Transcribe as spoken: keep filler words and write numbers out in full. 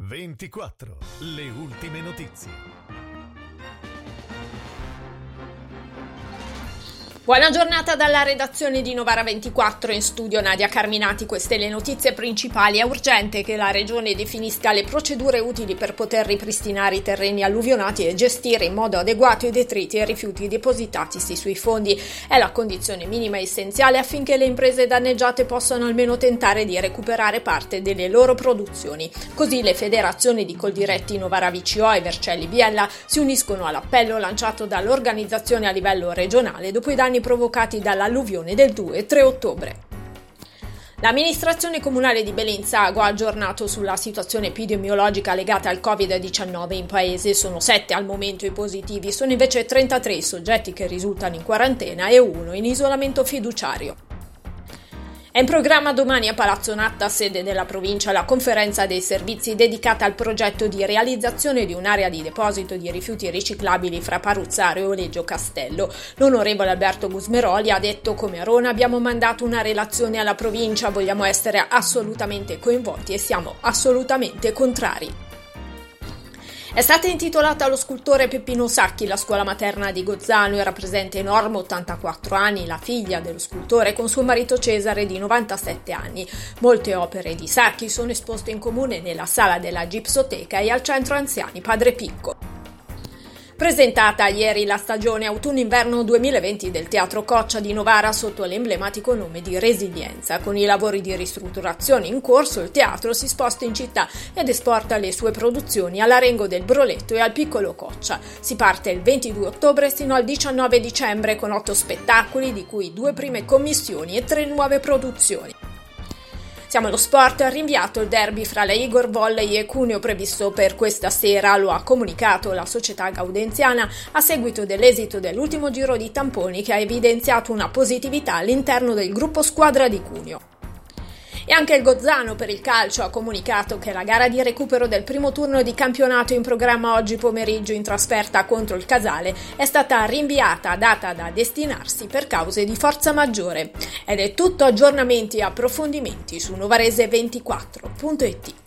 ventiquattro, le ultime notizie. Buona giornata dalla redazione di Novara ventiquattro, in studio Nadia Carminati. Queste le notizie principali. È urgente che la Regione definisca le procedure utili per poter ripristinare i terreni alluvionati e gestire in modo adeguato i detriti e rifiuti depositatisi sui fondi. È la condizione minima essenziale affinché le imprese danneggiate possano almeno tentare di recuperare parte delle loro produzioni. Così le federazioni di Coldiretti, Novara V C O e Vercelli Biella si uniscono all'appello lanciato dall'organizzazione a livello regionale dopo i danni provocati dall'alluvione del due e tre ottobre. L'amministrazione comunale di Bellinzago ha aggiornato sulla situazione epidemiologica legata al covid diciannove in paese. Sono sette al momento i positivi, sono invece trentatré i soggetti che risultano in quarantena e uno in isolamento fiduciario. È in programma domani a Palazzo Natta, sede della provincia, la conferenza dei servizi dedicata al progetto di realizzazione di un'area di deposito di rifiuti riciclabili fra Paruzzaro e Oleggio Castello. L'onorevole Alberto Gusmeroli ha detto: come Arona abbiamo mandato una relazione alla provincia, vogliamo essere assolutamente coinvolti e siamo assolutamente contrari. È stata intitolata allo scultore Peppino Sacchi la scuola materna di Gozzano. Era presente Norma, ottantaquattro anni, la figlia dello scultore, con suo marito Cesare di novantasette anni. Molte opere di Sacchi sono esposte in comune nella sala della Gipsoteca e al centro anziani Padre Picco. Presentata ieri la stagione autunno-inverno duemilaventi del Teatro Coccia di Novara sotto l'emblematico nome di Resilienza. Con i lavori di ristrutturazione in corso, il teatro si sposta in città ed esporta le sue produzioni all'Arengo del Broletto e al Piccolo Coccia. Si parte il ventidue ottobre sino al diciannove dicembre con otto spettacoli, di cui due prime commissioni e tre nuove produzioni. Siamo allo sport. Ha rinviato il derby fra la Igor Volley e Cuneo previsto per questa sera. Lo ha comunicato la società gaudenziana a seguito dell'esito dell'ultimo giro di tamponi che ha evidenziato una positività all'interno del gruppo squadra di Cuneo. E anche il Gozzano per il calcio ha comunicato che la gara di recupero del primo turno di campionato in programma oggi pomeriggio in trasferta contro il Casale è stata rinviata a data da destinarsi per cause di forza maggiore. Ed è tutto. Aggiornamenti e approfondimenti su novarese ventiquattro punto it.